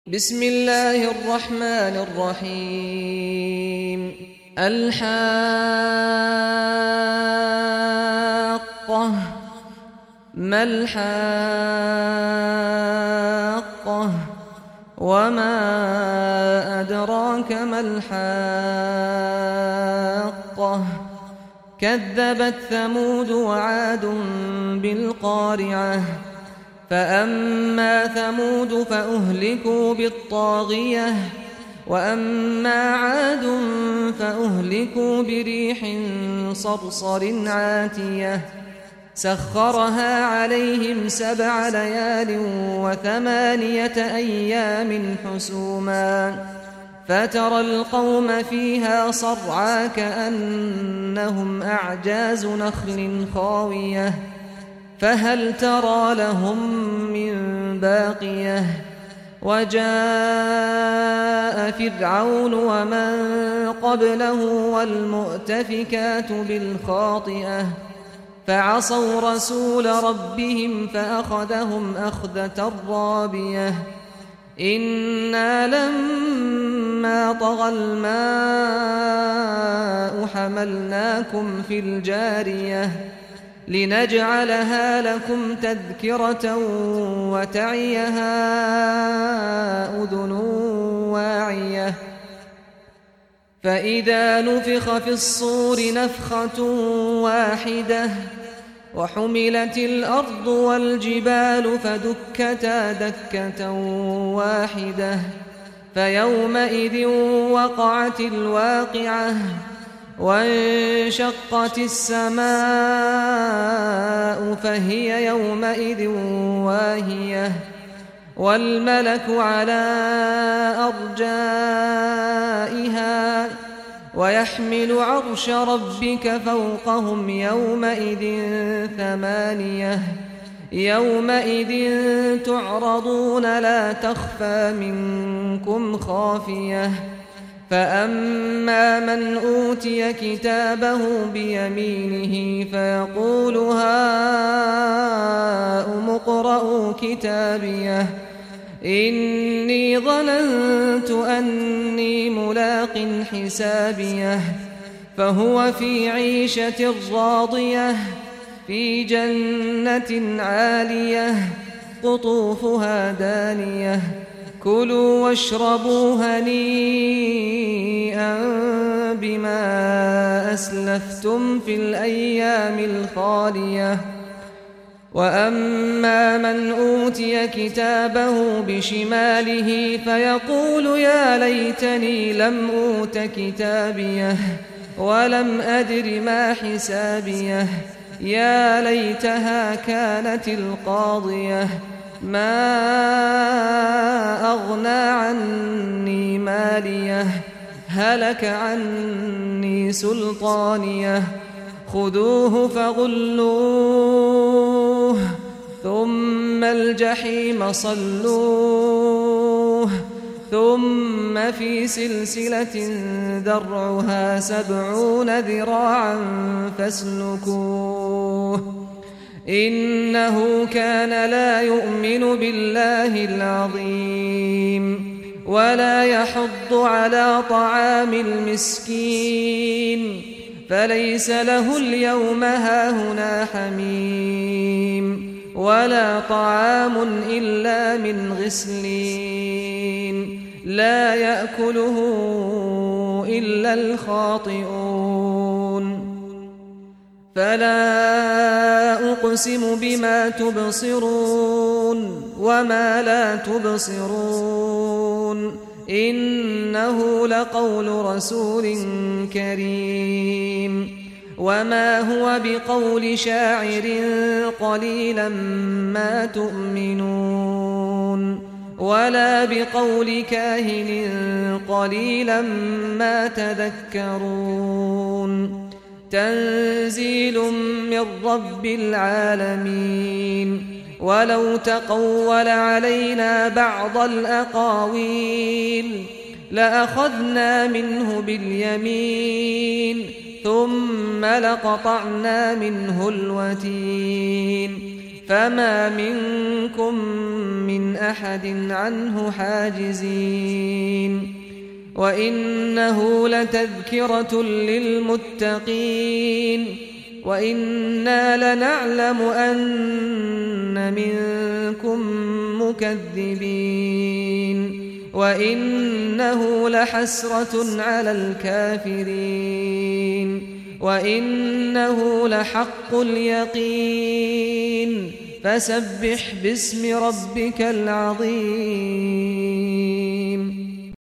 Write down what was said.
بسم الله الرحمن الرحيم. الحاقة ما الحاقة وما أدراك ما الحاقة كذبت ثمود وعاد بالقارعة فأما ثمود فأهلكوا بالطاغية وأما عاد فأهلكوا بريح صرصر عاتية سخرها عليهم 7 ليال و8 أيام حسوما فترى القوم فيها صرعى كأنهم أعجاز نخل خاوية فهل ترى لهم من باقية وجاء فرعون ومن قبله والمؤتفكات بالخاطئة فعصوا رسول ربهم فأخذهم أخذة رابية إنا لما طغى الماء حملناكم في الجارية لنجعلها لكم تذكرة وتعيها أذن واعية فإذا نفخ في الصور نفخة واحدة وحملت الأرض والجبال فدكتا دكة واحدة فيومئذ وقعت الواقعة وانشقت السماء فهي يومئذ واهية والملك على أرجائها ويحمل عرش ربك فوقهم يومئذ 8 يومئذ تعرضون لا تخفى منكم خافية فأما من أوتي كتابه بيمينه فيقول هاؤم اقرءوا كتابيه إني ظننت أني ملاق حسابيه فهو في عيشة راضية في جنة عالية قطوفها دانية كلوا واشربوا هنيئا بما أسلفتم في الأيام الخالية وأما من أوتي كتابه بشماله فيقول يا ليتني لم أوت كتابيه ولم أدر ما حسابيه يا ليتها كانت القاضية ما أغنى عني ماليه هلك عني سلطانيه خذوه فغلوه ثم الجحيم صلوه ثم في سلسلة ذرعها 70 ذراعا فاسلكوه إنه كان لا يؤمن بالله العظيم ولا يحض على طعام المسكين فليس له اليوم هاهنا حميم ولا طعام إلا من غسلين لا يأكله إلا الخاطئون فلا أقسم بما تبصرون وما لا تبصرون إنه لقول رسول كريم وما هو بقول شاعر قليلا ما تؤمنون ولا بقول كاهن قليلا ما تذكرون تنزيل من رب العالمين ولو تقول علينا بعض الأقاويل لأخذنا منه باليمين ثم لقطعنا منه الوتين فما منكم من أحد عنه حاجزين وإنه لتذكرة للمتقين وإنا لنعلم أن منكم مكذبين وإنه لحسرة على الكافرين وإنه لحق اليقين فسبح باسم ربك العظيم.